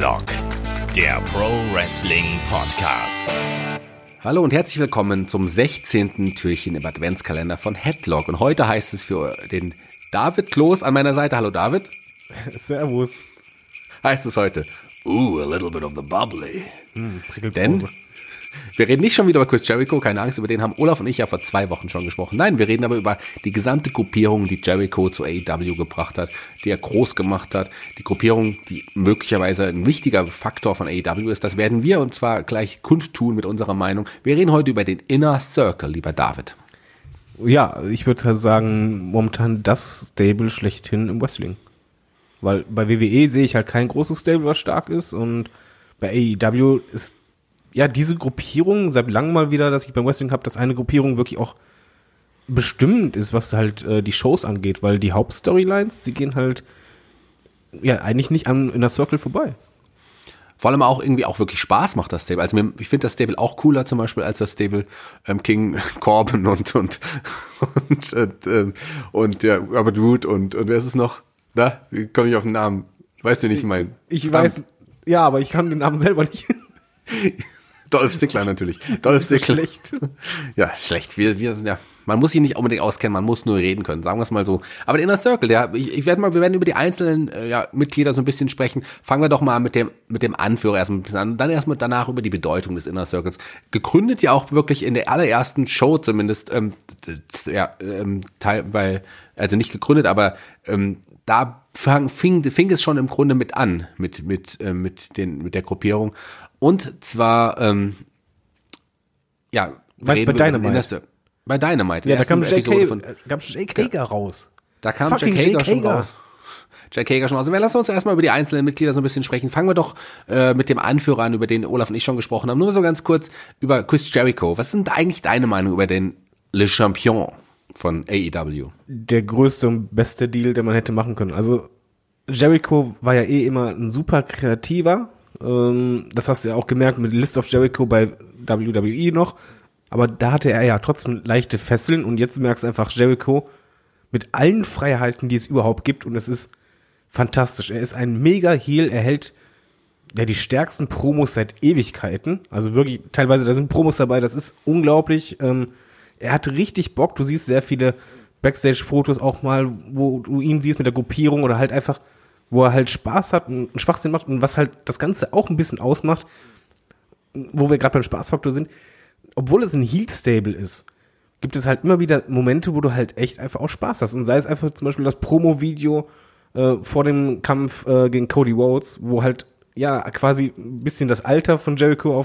Headlock, der Pro Wrestling Podcast. Hallo und herzlich willkommen zum 16. Türchen im Adventskalender von Headlock. Und heute heißt es für den David Kloß an meiner Seite. Hallo David. Servus. Heißt es heute, a little bit of the bubbly. Denn wir reden nicht schon wieder über Chris Jericho, keine Angst, über den haben Olaf und ich ja vor 2 Wochen schon gesprochen. Nein, wir reden aber über die gesamte Gruppierung, die Jericho zu AEW gebracht hat, die er groß gemacht hat. Die Gruppierung, die möglicherweise ein wichtiger Faktor von AEW ist, das werden wir und zwar gleich kundtun mit unserer Meinung. Wir reden heute über den Inner Circle, lieber David. Ja, ich würde sagen, momentan das Stable schlechthin im Wrestling. Weil bei WWE sehe ich halt kein großes Stable, was stark ist, und bei AEW ist ja diese Gruppierung seit langem mal wieder, dass ich beim Wrestling habe, dass eine Gruppierung wirklich auch bestimmend ist, was halt die Shows angeht, weil die Hauptstorylines, die gehen halt ja eigentlich nicht an Inner Circle vorbei. Vor allem auch irgendwie auch wirklich Spaß macht das Stable. Also ich finde das Stable auch cooler zum Beispiel als das Stable King Corbin und ja, Robert Roode und wer ist es noch? Da komme ich auf den Namen. Weißt du, wen ich meine? Ich weiß, ja, aber ich kann den Namen selber nicht. Dolph Ziggler natürlich. Dolph Ziggler. Schlecht. Ja, schlecht. Ja, man muss sich nicht unbedingt auskennen, man muss nur reden können, sagen wir es mal so. Aber der Inner Circle, wir werden über die einzelnen Mitglieder so ein bisschen sprechen. Fangen wir doch mal mit dem Anführer erstmal ein bisschen an, dann erstmal danach über die Bedeutung des Inner Circles. Gegründet ja auch wirklich in der allerersten Show zumindest, also nicht gegründet, aber da fing es schon im Grunde mit an, mit der Gruppierung. Und zwar, bei Dynamite. Bei Dynamite. Ja, da kam Jake Hager raus. Da kam Jake Hager schon raus. Jake Hager schon raus. Lass uns erstmal über die einzelnen Mitglieder so ein bisschen sprechen. Fangen wir doch mit dem Anführer an, über den Olaf und ich schon gesprochen haben. Nur so ganz kurz über Chris Jericho. Was sind eigentlich deine Meinung über den Le Champion von AEW? Der größte und beste Deal, den man hätte machen können. Also Jericho war ja immer ein super kreativer. Das hast du ja auch gemerkt mit List of Jericho bei WWE noch. Aber da hatte er ja trotzdem leichte Fesseln, und jetzt merkst du einfach Jericho mit allen Freiheiten, die es überhaupt gibt, und es ist fantastisch. Er ist ein Mega-Heel, er hält ja die stärksten Promos seit Ewigkeiten. Also wirklich, teilweise, da sind Promos dabei, das ist unglaublich. Er hat richtig Bock, du siehst sehr viele Backstage-Fotos auch mal, wo du ihn siehst mit der Gruppierung oder halt einfach, wo er halt Spaß hat und einen Schwachsinn macht, und was halt das Ganze auch ein bisschen ausmacht, wo wir gerade beim Spaßfaktor sind, obwohl es ein Heel-Stable ist, gibt es halt immer wieder Momente, wo du halt echt einfach auch Spaß hast, und sei es einfach zum Beispiel das Promo-Video vor dem Kampf gegen Cody Rhodes, wo halt ja quasi ein bisschen das Alter von Jericho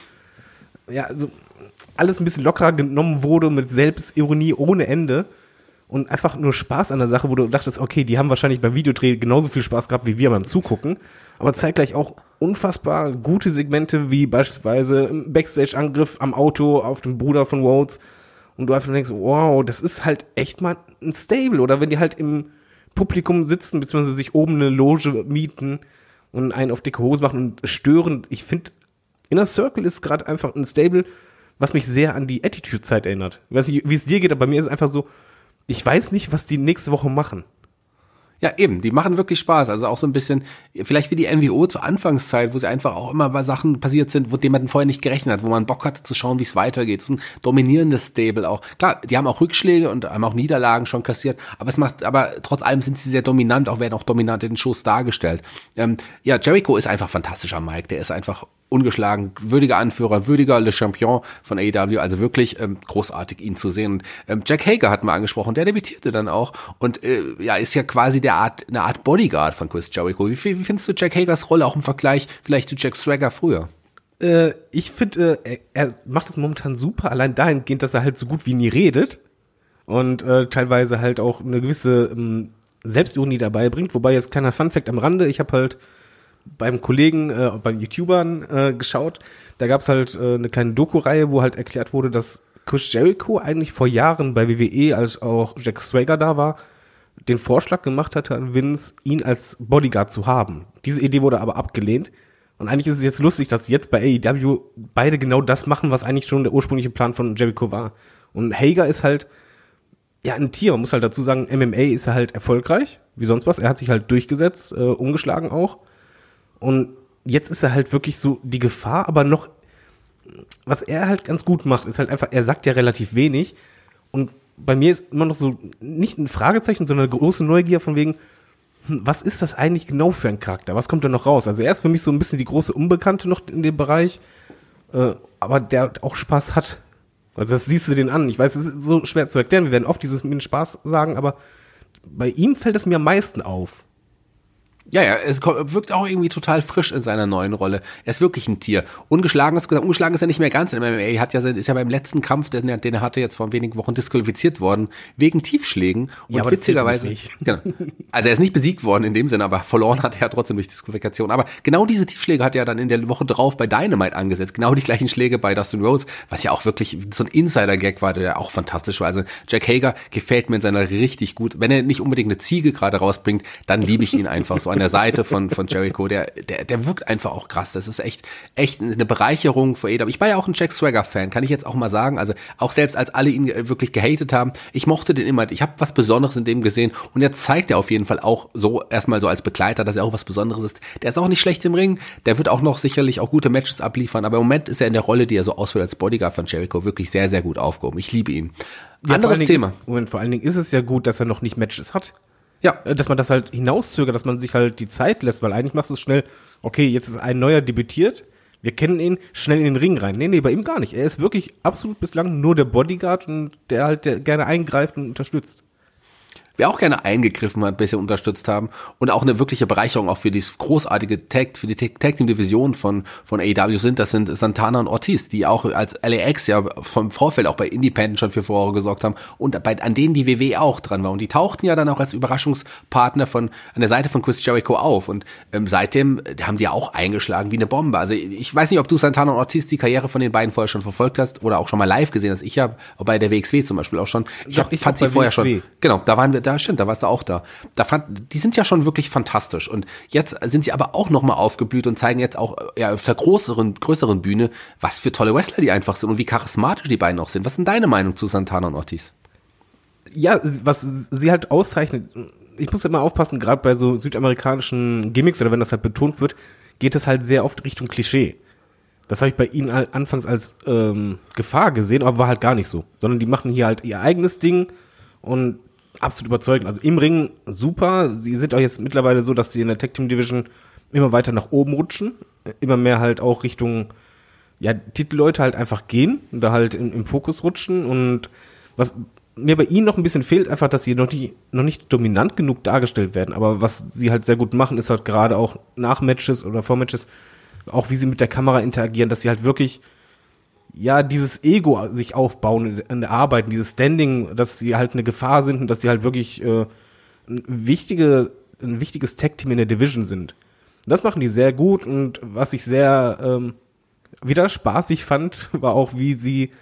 also alles ein bisschen lockerer genommen wurde, mit Selbstironie ohne Ende. Und einfach nur Spaß an der Sache, wo du dachtest, okay, die haben wahrscheinlich beim Videodreh genauso viel Spaß gehabt wie wir beim Zugucken, aber zeitgleich auch unfassbar gute Segmente, wie beispielsweise ein Backstage-Angriff am Auto auf den Bruder von Rhodes, und du einfach denkst, wow, das ist halt echt mal ein Stable. Oder wenn die halt im Publikum sitzen, beziehungsweise sich oben eine Loge mieten und einen auf dicke Hose machen und stören. Ich finde, Inner Circle ist gerade einfach ein Stable, was mich sehr an die Attitude-Zeit erinnert. Ich weiß nicht, wie es dir geht, aber bei mir ist es einfach so, ich weiß nicht, was die nächste Woche machen. Ja, eben, die machen wirklich Spaß. Also auch so ein bisschen, vielleicht wie die NWO zur Anfangszeit, wo sie einfach auch immer bei Sachen passiert sind, wo man vorher nicht gerechnet hat, wo man Bock hatte zu schauen, wie es weitergeht. Das ist ein dominierendes Stable auch. Klar, die haben auch Rückschläge und haben auch Niederlagen schon kassiert, aber trotz allem sind sie sehr dominant, werden auch dominant in den Shows dargestellt. Jericho ist einfach fantastisch am Mic, der ist einfach ungeschlagen, würdiger Anführer, würdiger Le Champion von AEW, also wirklich großartig, ihn zu sehen. Und Jack Hager hatten wir angesprochen, der debütierte dann auch und ist ja quasi eine Art Bodyguard von Chris Jericho. Wie findest du Jack Hagers Rolle auch im Vergleich vielleicht zu Jack Swagger früher? Ich finde, er macht es momentan super, allein dahingehend, dass er halt so gut wie nie redet und teilweise halt auch eine gewisse Selbstironie dabei bringt, wobei jetzt kleiner Funfact am Rande, ich habe halt beim Kollegen, bei YouTubern geschaut, da gab's halt eine kleine Doku-Reihe, wo halt erklärt wurde, dass Chris Jericho eigentlich vor Jahren bei WWE, als auch Jack Swagger da war, den Vorschlag gemacht hatte an Vince, ihn als Bodyguard zu haben. Diese Idee wurde aber abgelehnt. Und eigentlich ist es jetzt lustig, dass jetzt bei AEW beide genau das machen, was eigentlich schon der ursprüngliche Plan von Jericho war. Und Hager ist halt ja ein Tier. Man muss halt dazu sagen, MMA ist er halt erfolgreich, wie sonst was. Er hat sich halt durchgesetzt, umgeschlagen auch. Und jetzt ist er halt wirklich so die Gefahr, aber noch, was er halt ganz gut macht, ist halt einfach, er sagt ja relativ wenig und bei mir ist immer noch so, nicht ein Fragezeichen, sondern eine große Neugier von wegen, was ist das eigentlich genau für ein Charakter? Was kommt da noch raus? Also er ist für mich so ein bisschen die große Unbekannte noch in dem Bereich, aber der auch Spaß hat. Also das siehst du den an. Ich weiß, es ist so schwer zu erklären. Wir werden oft dieses mit dem Spaß sagen, aber bei ihm fällt es mir am meisten auf. Ja, es wirkt auch irgendwie total frisch in seiner neuen Rolle. Er ist wirklich ein Tier. Ungeschlagen ist er nicht mehr ganz. Im MMA ist ja beim letzten Kampf, den er hatte, jetzt vor wenigen Wochen disqualifiziert worden, wegen Tiefschlägen. Und ja, witzigerweise, genau. Also er ist nicht besiegt worden in dem Sinne, aber verloren hat er trotzdem durch Disqualifikation. Aber genau diese Tiefschläge hat er dann in der Woche drauf bei Dynamite angesetzt. Genau die gleichen Schläge bei Dustin Rhodes, was ja auch wirklich so ein Insider-Gag war, der auch fantastisch war. Also Jack Hager gefällt mir in seiner richtig gut. Wenn er nicht unbedingt eine Ziege gerade rausbringt, dann liebe ich ihn einfach so an der Seite von Jericho, der wirkt einfach auch krass. Das ist echt eine Bereicherung für AEW. Ich war ja auch ein Jack Swagger-Fan, kann ich jetzt auch mal sagen. Also auch selbst als alle ihn wirklich gehatet haben, ich mochte den immer. Ich habe was Besonderes in dem gesehen und jetzt zeigt er auf jeden Fall auch so erstmal so als Begleiter, dass er auch was Besonderes ist. Der ist auch nicht schlecht im Ring. Der wird auch noch sicherlich auch gute Matches abliefern. Aber im Moment ist er in der Rolle, die er so ausführt als Bodyguard von Jericho, wirklich sehr, sehr gut aufgehoben. Ich liebe ihn. Ja, anderes Thema. Vor allen Dingen ist es ja gut, dass er noch nicht Matches hat. Ja. Dass man das halt hinauszögert, dass man sich halt die Zeit lässt, weil eigentlich machst du es schnell, okay, jetzt ist ein neuer debütiert, wir kennen ihn, schnell in den Ring rein. Nee, bei ihm gar nicht. Er ist wirklich absolut bislang nur der Bodyguard und der gerne eingreift und unterstützt. Wer auch gerne eingegriffen hat, ein bisschen unterstützt haben und auch eine wirkliche Bereicherung auch für dieses großartige für die Tag-Team-Division von AEW sind, das sind Santana und Ortiz, die auch als LAX ja vom Vorfeld auch bei Independent schon für Furore gesorgt haben und an denen die WWE auch dran war. Und die tauchten ja dann auch als Überraschungspartner an der Seite von Chris Jericho auf und seitdem haben die auch eingeschlagen wie eine Bombe. Also ich weiß nicht, ob du Santana und Ortiz die Karriere von den beiden vorher schon verfolgt hast oder auch schon mal live gesehen hast. Ich habe bei der WXW zum Beispiel auch schon. Ich fand sie vorher WXW schon. Genau, da waren wir da, stimmt, da warst du auch da. Die sind ja schon wirklich fantastisch und jetzt sind sie aber auch nochmal aufgeblüht und zeigen jetzt auch auf der größeren Bühne, was für tolle Wrestler die einfach sind und wie charismatisch die beiden auch sind. Was ist denn deine Meinung zu Santana und Ortiz? Ja, was sie halt auszeichnet, ich muss immer aufpassen, gerade bei so südamerikanischen Gimmicks oder wenn das halt betont wird, geht es halt sehr oft Richtung Klischee. Das habe ich bei ihnen anfangs als Gefahr gesehen, aber war halt gar nicht so. Sondern die machen hier halt ihr eigenes Ding und absolut überzeugend. Also im Ring super. Sie sind auch jetzt mittlerweile so, dass sie in der Tag Team Division immer weiter nach oben rutschen. Immer mehr halt auch Richtung, Titelleute halt einfach gehen und da halt im Fokus rutschen. Und was mir bei ihnen noch ein bisschen fehlt, einfach, dass sie noch nicht dominant genug dargestellt werden. Aber was sie halt sehr gut machen, ist halt gerade auch nach Matches oder vor Matches, auch wie sie mit der Kamera interagieren, dass sie halt wirklich dieses Ego sich aufbauen in der Arbeit, dieses Standing, dass sie halt eine Gefahr sind und dass sie halt wirklich ein wichtiges Tag-Team in der Division sind. Das machen die sehr gut und was ich sehr wieder spaßig fand, war auch, wie sie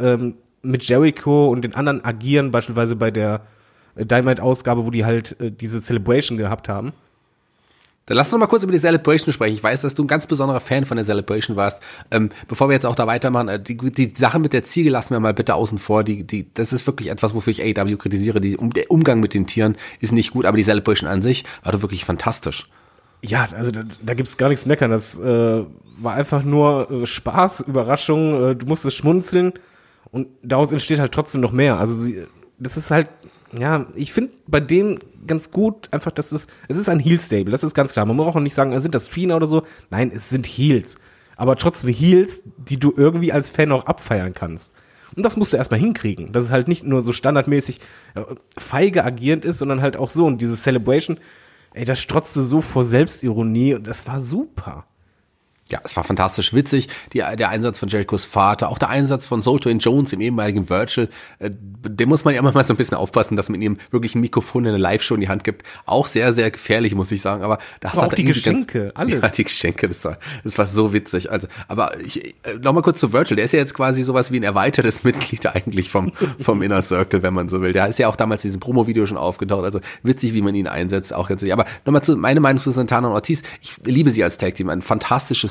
mit Jericho und den anderen agieren, beispielsweise bei der Dynamite-Ausgabe, wo die halt diese Celebration gehabt haben. Dann lass uns noch mal kurz über die Celebration sprechen. Ich weiß, dass du ein ganz besonderer Fan von der Celebration warst. Bevor wir jetzt auch da weitermachen, die Sache mit der Ziege lassen wir mal bitte außen vor. Das ist wirklich etwas, wofür ich AEW kritisiere. Der Umgang mit den Tieren ist nicht gut, aber die Celebration an sich war doch wirklich fantastisch. Ja, also da gibt's gar nichts zu meckern. Das war einfach nur Spaß, Überraschung. Du musstest schmunzeln und daraus entsteht halt trotzdem noch mehr. Also das ist halt, ich finde bei dem ganz gut einfach, es ist ein Heel-Stable, das ist ganz klar. Man muss auch nicht sagen, sind das Fiender oder so. Nein, es sind Heels. Aber trotzdem Heels, die du irgendwie als Fan auch abfeiern kannst. Und das musst du erstmal hinkriegen. Dass es halt nicht nur so standardmäßig feige agierend ist, sondern halt auch so. Und diese Celebration, das strotzte so vor Selbstironie und das war super. Ja, es war fantastisch witzig, der Einsatz von Jerichos Vater, auch der Einsatz von Soto and Jones, im ehemaligen Virgil, dem muss man ja immer mal so ein bisschen aufpassen, dass man ihm wirklich ein Mikrofon in eine Live-Show in die Hand gibt. Auch sehr, sehr gefährlich, muss ich sagen, aber das hat auch die Geschenke, alles. Ja, die Geschenke, das war so witzig. Also, aber noch mal kurz zu Virgil, der ist ja jetzt quasi sowas wie ein erweitertes Mitglied eigentlich vom Inner Circle, wenn man so will. Der ist ja auch damals in diesem Promo-Video schon aufgetaucht, also witzig, wie man ihn einsetzt, auch ganz witzig. Aber nochmal meine Meinung zu Santana und Ortiz, ich liebe sie als Tag-Team, ein fantastisches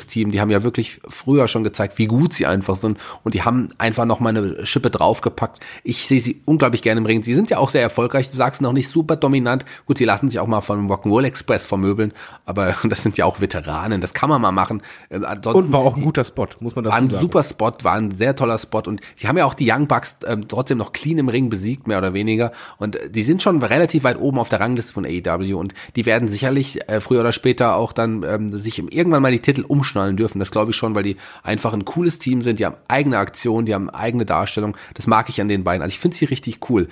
gutes Team. Die haben ja wirklich früher schon gezeigt, wie gut sie einfach sind. Und die haben einfach nochmal eine Schippe draufgepackt. Ich sehe sie unglaublich gerne im Ring. Sie sind ja auch sehr erfolgreich. Du sagst noch nicht super dominant. Gut, sie lassen sich auch mal von Rock'n'Roll Express vermöbeln. Aber das sind ja auch Veteranen. Das kann man mal machen. Und war auch ein guter Spot, muss man dazu sagen. War ein super Spot, war ein sehr toller Spot. Und sie haben ja auch die Young Bucks trotzdem noch clean im Ring besiegt, mehr oder weniger. Und die sind schon relativ weit oben auf der Rangliste von AEW. Und die werden sicherlich früher oder später auch dann sich irgendwann mal die Titel umschnallen dürfen. Das glaube ich schon, weil die einfach ein cooles Team sind. Die haben eigene Aktionen, die haben eigene Darstellung. Das mag ich an den beiden. Also ich finde sie richtig cool.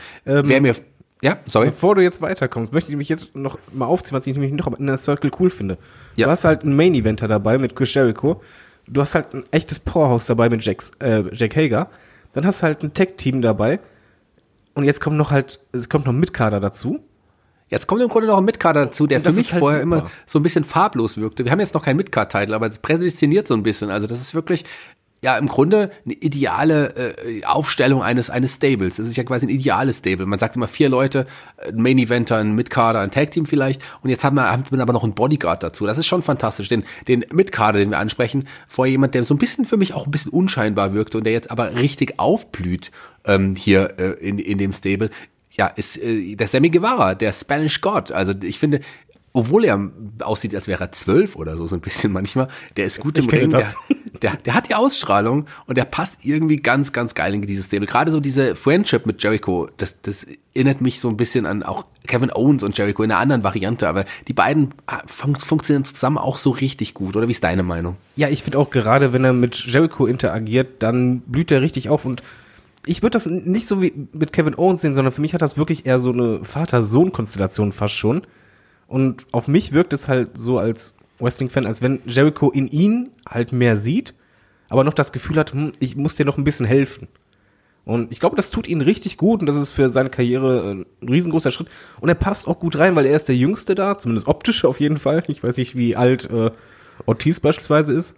Bevor du jetzt weiterkommst, möchte ich mich jetzt noch mal aufziehen, was ich nämlich noch in der Circle cool finde. Ja. Du hast halt einen Main-Eventer dabei mit Chris Jericho. Du hast halt ein echtes Powerhouse dabei mit Jack Hager. Dann hast du halt ein Tag-Team dabei. Und jetzt kommt noch Mid-Kader dazu. Jetzt kommt im Grunde noch ein Midcarder dazu, der für mich halt vorher super. immer so ein bisschen farblos wirkte. Wir haben jetzt noch keinen Midcard-Titel, aber es prädestiniert so ein bisschen. Also das ist wirklich, ja, im Grunde eine ideale Aufstellung eines Stables. Es ist ja quasi ein ideales Stable. Man sagt immer 4 Leute, ein Main-Eventer, ein Midcarder, ein Tag-Team vielleicht. Und jetzt haben wir aber noch einen Bodyguard dazu. Das ist schon fantastisch. Den Midcarder, den wir ansprechen, vorher jemand, der so ein bisschen für mich auch ein bisschen unscheinbar wirkte und der jetzt aber richtig aufblüht hier in dem Stable. Ja, ist der Sammy Guevara, der Spanish God. Also ich finde, obwohl er aussieht, als wäre er 12 oder so ein bisschen manchmal, der ist gut im Ring, der hat die Ausstrahlung und der passt irgendwie ganz, ganz geil in dieses Stable. Gerade so diese Friendship mit Jericho, das erinnert mich so ein bisschen an auch Kevin Owens und Jericho in einer anderen Variante, aber die beiden funktionieren zusammen auch so richtig gut, oder wie ist deine Meinung? Ja, ich finde auch gerade, wenn er mit Jericho interagiert, dann blüht er richtig auf und ich würde das nicht so wie mit Kevin Owens sehen, sondern für mich hat das wirklich eher so eine Vater-Sohn-Konstellation fast schon. Und auf mich wirkt es halt so als Wrestling-Fan, als wenn Jericho in ihn halt mehr sieht, aber noch das Gefühl hat, ich muss dir noch ein bisschen helfen. Und ich glaube, das tut ihn richtig gut und das ist für seine Karriere ein riesengroßer Schritt. Und er passt auch gut rein, weil er ist der Jüngste da, zumindest optisch auf jeden Fall. Ich weiß nicht, wie alt Ortiz beispielsweise ist.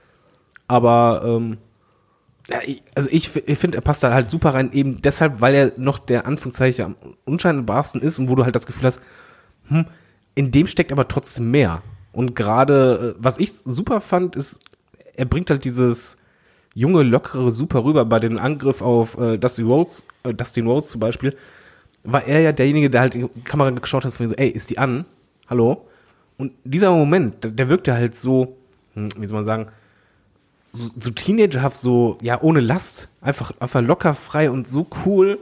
Aber ja, ich finde, er passt da halt super rein, eben deshalb, weil er noch der Anführungszeichen am unscheinbarsten ist und wo du halt das Gefühl hast, in dem steckt aber trotzdem mehr. Und gerade, was ich super fand, ist, er bringt halt dieses junge, lockere super rüber. Bei dem Angriff auf Dustin Rhodes zum Beispiel, war er ja derjenige, der halt in die Kamera geschaut hat, von so, ey, ist die an? Hallo? Und dieser Moment, der wirkte halt so, wie soll man sagen, so teenagerhaft, so, ja, ohne Last, einfach locker, frei und so cool.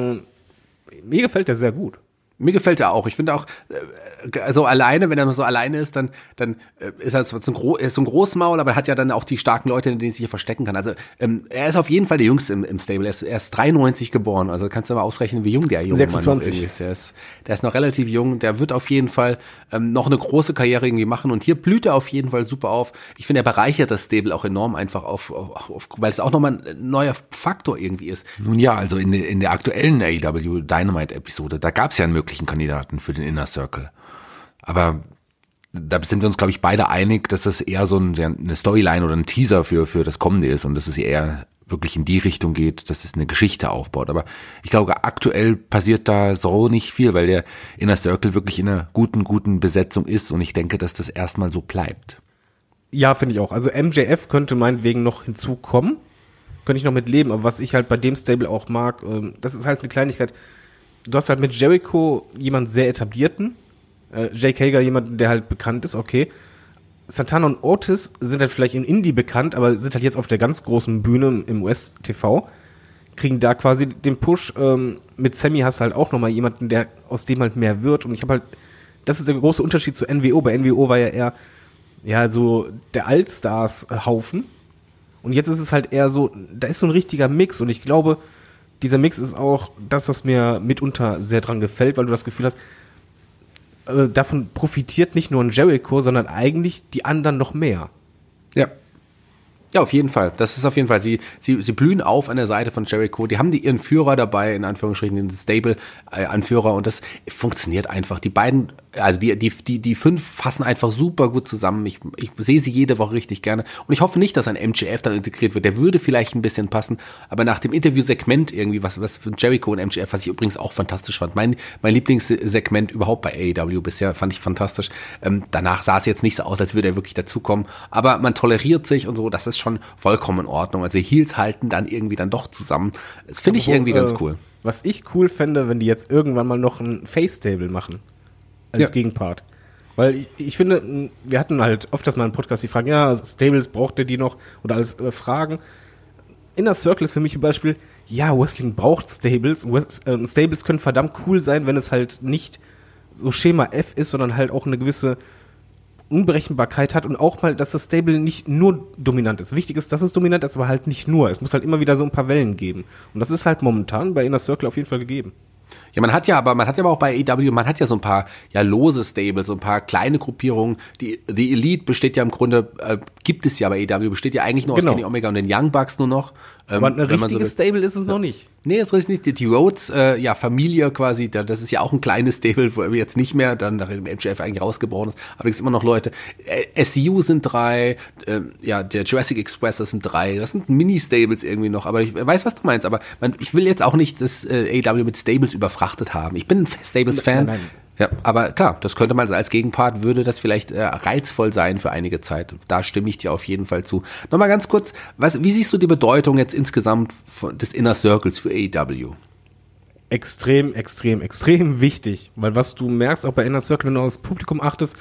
Mir gefällt der sehr gut. Mir gefällt er auch. Ich finde auch, so alleine, wenn er so alleine ist, dann ist er zwar so ein Großmaul, aber er hat ja dann auch die starken Leute, in denen er sich hier verstecken kann. Also er ist auf jeden Fall der Jüngste im Stable. Er ist 93 geboren, also kannst du mal ausrechnen, wie jung der junge 26. Mann noch ist. Der ist noch relativ jung, der wird auf jeden Fall noch eine große Karriere irgendwie machen und hier blüht er auf jeden Fall super auf. Ich finde, er bereichert das Stable auch enorm einfach auf weil es auch nochmal ein neuer Faktor irgendwie ist. Nun ja, also in der aktuellen AEW Dynamite-Episode, da gab es ja einen möglichen Kandidaten für den Inner Circle. Aber da sind wir uns, glaube ich, beide einig, dass das eher so eine Storyline oder ein Teaser für das Kommende ist und dass es eher wirklich in die Richtung geht, dass es eine Geschichte aufbaut. Aber ich glaube, aktuell passiert da so nicht viel, weil der Inner Circle wirklich in einer guten Besetzung ist und ich denke, dass das erstmal so bleibt. Ja, finde ich auch. Also MJF könnte meinetwegen noch hinzukommen. Könnte ich noch mit leben. Aber was ich halt bei dem Stable auch mag, das ist halt eine Kleinigkeit. Du hast halt mit Jericho jemanden sehr etablierten, Jake Hager jemanden, der halt bekannt ist, okay. Santana und Otis sind halt vielleicht im Indie bekannt, aber sind halt jetzt auf der ganz großen Bühne im US-TV, kriegen da quasi den Push. Mit Sammy hast du halt auch nochmal jemanden, der aus dem halt mehr wird. Und ich habe halt, das ist der große Unterschied zu NWO. Bei NWO war ja eher so der Allstars-Haufen. Und jetzt ist es halt eher so, da ist so ein richtiger Mix. Und ich glaube, dieser Mix ist auch das, was mir mitunter sehr dran gefällt, weil du das Gefühl hast, davon profitiert nicht nur ein Jericho, sondern eigentlich die anderen noch mehr. Ja. Ja, auf jeden Fall. Das ist auf jeden Fall. Sie blühen auf an der Seite von Jericho. Die haben ihren Führer dabei, in Anführungsstrichen, den Stable-Anführer und das funktioniert einfach. Die beiden Also die 5 fassen einfach super gut zusammen. Ich sehe sie jede Woche richtig gerne. Und ich hoffe nicht, dass ein MJF dann integriert wird. Der würde vielleicht ein bisschen passen. Aber nach dem Interviewsegment irgendwie, was für Jericho und MJF, was ich übrigens auch fantastisch fand. Mein Lieblingssegment überhaupt bei AEW bisher, fand ich fantastisch. Danach sah es jetzt nicht so aus, als würde er wirklich dazukommen. Aber man toleriert sich und so. Das ist schon vollkommen in Ordnung. Also die Heels halten dann irgendwie dann doch zusammen. Das finde ich irgendwie ganz cool. Was ich cool fände, wenn die jetzt irgendwann mal noch ein Face-Stable machen. Als Gegenpart. Weil ich finde, wir hatten halt oft das mal im Podcast die Fragen, ja, Stables, braucht ihr die noch? Oder als Fragen. Inner Circle ist für mich ein Beispiel, ja, Wrestling braucht Stables. Stables können verdammt cool sein, wenn es halt nicht so Schema F ist, sondern halt auch eine gewisse Unberechenbarkeit hat und auch mal, dass das Stable nicht nur dominant ist. Wichtig ist, dass es dominant ist, aber halt nicht nur. Es muss halt immer wieder so ein paar Wellen geben. Und das ist halt momentan bei Inner Circle auf jeden Fall gegeben. Ja, man hat ja aber auch bei AEW, man hat ja so ein paar lose Stables, so ein paar kleine Gruppierungen. Die Elite besteht ja im Grunde, gibt es ja bei AEW, besteht ja eigentlich nur aus Kenny Omega und den Young Bucks nur noch. Aber ein richtiges Stable ist es noch nicht. Nee, das ist nicht. Die Rhodes, Familie quasi, das ist ja auch ein kleines Stable, wo er jetzt nicht mehr, dann nach dem MJF eigentlich rausgebrochen ist, aber es sind immer noch Leute. SCU sind 3, der Jurassic Express, das sind 3, das sind Mini-Stables irgendwie noch, aber ich weiß, was du meinst, aber ich will jetzt auch nicht das AEW mit Stables überfrachtet haben. Ich bin ein Stables-Fan. Nein. Ja, aber klar, das könnte man als Gegenpart, würde das vielleicht reizvoll sein für einige Zeit. Da stimme ich dir auf jeden Fall zu. Nochmal ganz kurz, wie siehst du die Bedeutung jetzt insgesamt des Inner Circles für AEW? Extrem, extrem, extrem wichtig. Weil was du merkst, auch bei Inner Circle, wenn du aufs Publikum achtest,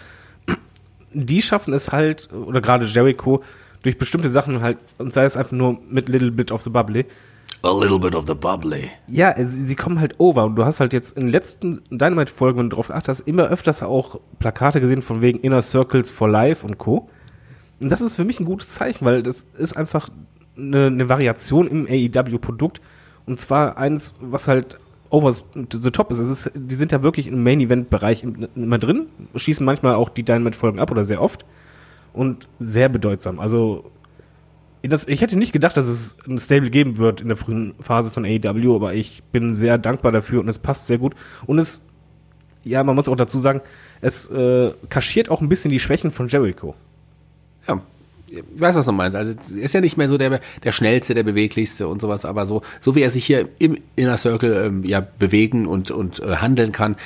die schaffen es halt, oder gerade Jericho, durch bestimmte Sachen halt, und sei es einfach nur mit Little Bit of the Bubbly, A little bit of the bubbly. Ja, sie kommen halt over. Und du hast halt jetzt in den letzten Dynamite-Folgen, wenn du drauf geachtet hast, immer öfters auch Plakate gesehen von wegen Inner Circles for Life und Co. Und das ist für mich ein gutes Zeichen, weil das ist einfach eine Variation im AEW-Produkt. Und zwar eins, was halt over the top ist. Die sind ja wirklich im Main-Event-Bereich immer drin, schießen manchmal auch die Dynamite-Folgen ab oder sehr oft. Und sehr bedeutsam. Also ich hätte nicht gedacht, dass es ein Stable geben wird in der frühen Phase von AEW, aber ich bin sehr dankbar dafür und es passt sehr gut. Und man muss auch dazu sagen, es kaschiert auch ein bisschen die Schwächen von Jericho. Ja, ich weiß, was du meinst. Also ist ja nicht mehr so der schnellste, der beweglichste und sowas, aber so wie er sich hier im Inner Circle bewegen und handeln kann,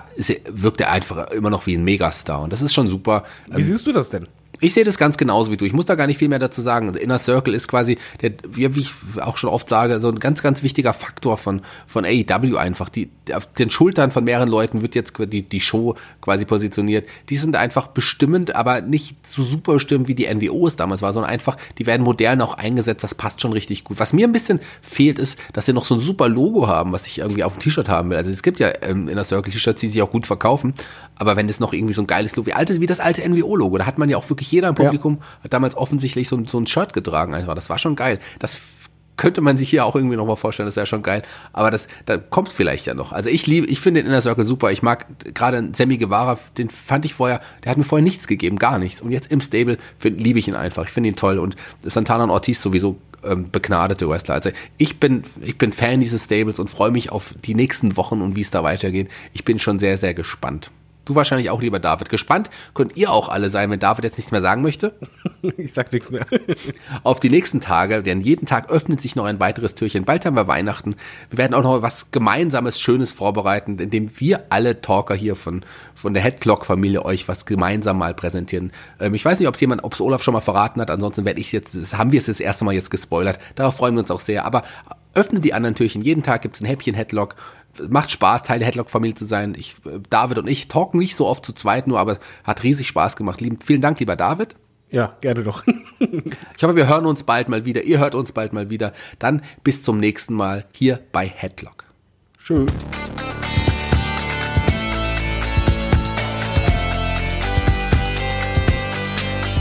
wirkt er einfach immer noch wie ein Megastar und das ist schon super. Wie siehst du das denn? Ich sehe das ganz genauso wie du. Ich muss da gar nicht viel mehr dazu sagen. Inner Circle ist quasi, wie ich auch schon oft sage, so ein ganz, ganz wichtiger Faktor von AEW einfach. Auf den Schultern von mehreren Leuten wird jetzt die Show quasi positioniert. Die sind einfach bestimmend, aber nicht so super bestimmend, wie die NWOs damals war, sondern einfach, die werden modern auch eingesetzt. Das passt schon richtig gut. Was mir ein bisschen fehlt, ist, dass sie noch so ein super Logo haben, was ich irgendwie auf dem T-Shirt haben will. Also es gibt ja Inner Circle T-Shirts, die sich auch gut verkaufen. Aber wenn es noch irgendwie so ein geiles Logo, wie das alte NWO-Logo, da hat man ja auch wirklich jeder im Publikum hat damals offensichtlich so ein Shirt getragen einfach. Das war schon geil. Das könnte man sich hier auch irgendwie nochmal vorstellen, das wäre schon geil. Aber da kommt vielleicht ja noch. Also ich finde den Inner Circle super. Ich mag gerade Sammy Guevara, den fand ich vorher, der hat mir vorher nichts gegeben, gar nichts. Und jetzt im Stable liebe ich ihn einfach. Ich finde ihn toll. Und Santana und Ortiz sowieso begnadete Wrestler. Also ich bin Fan dieses Stables und freue mich auf die nächsten Wochen und wie es da weitergeht. Ich bin schon sehr, sehr gespannt. Du wahrscheinlich auch, lieber David. Gespannt könnt ihr auch alle sein, wenn David jetzt nichts mehr sagen möchte. Ich sag nichts mehr. Auf die nächsten Tage, denn jeden Tag öffnet sich noch ein weiteres Türchen. Bald haben wir Weihnachten. Wir werden auch noch was Gemeinsames, Schönes vorbereiten, indem wir alle Talker hier von der Headclock-Familie euch was gemeinsam mal präsentieren. Ich weiß nicht, ob es Olaf schon mal verraten hat. Ansonsten haben wir es das erste Mal jetzt gespoilert. Darauf freuen wir uns auch sehr. Aber öffnet die anderen Türchen. Jeden Tag gibt's ein Häppchen Headlock. Macht Spaß, Teil der Headlock-Familie zu sein. David und ich talken nicht so oft zu zweit nur, aber hat riesig Spaß gemacht. Vielen Dank, lieber David. Ja, gerne doch. Ich hoffe, wir hören uns bald mal wieder. Ihr hört uns bald mal wieder. Dann bis zum nächsten Mal hier bei Headlock. Schön.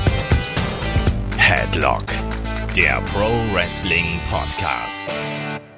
Headlock, der Pro Wrestling Podcast.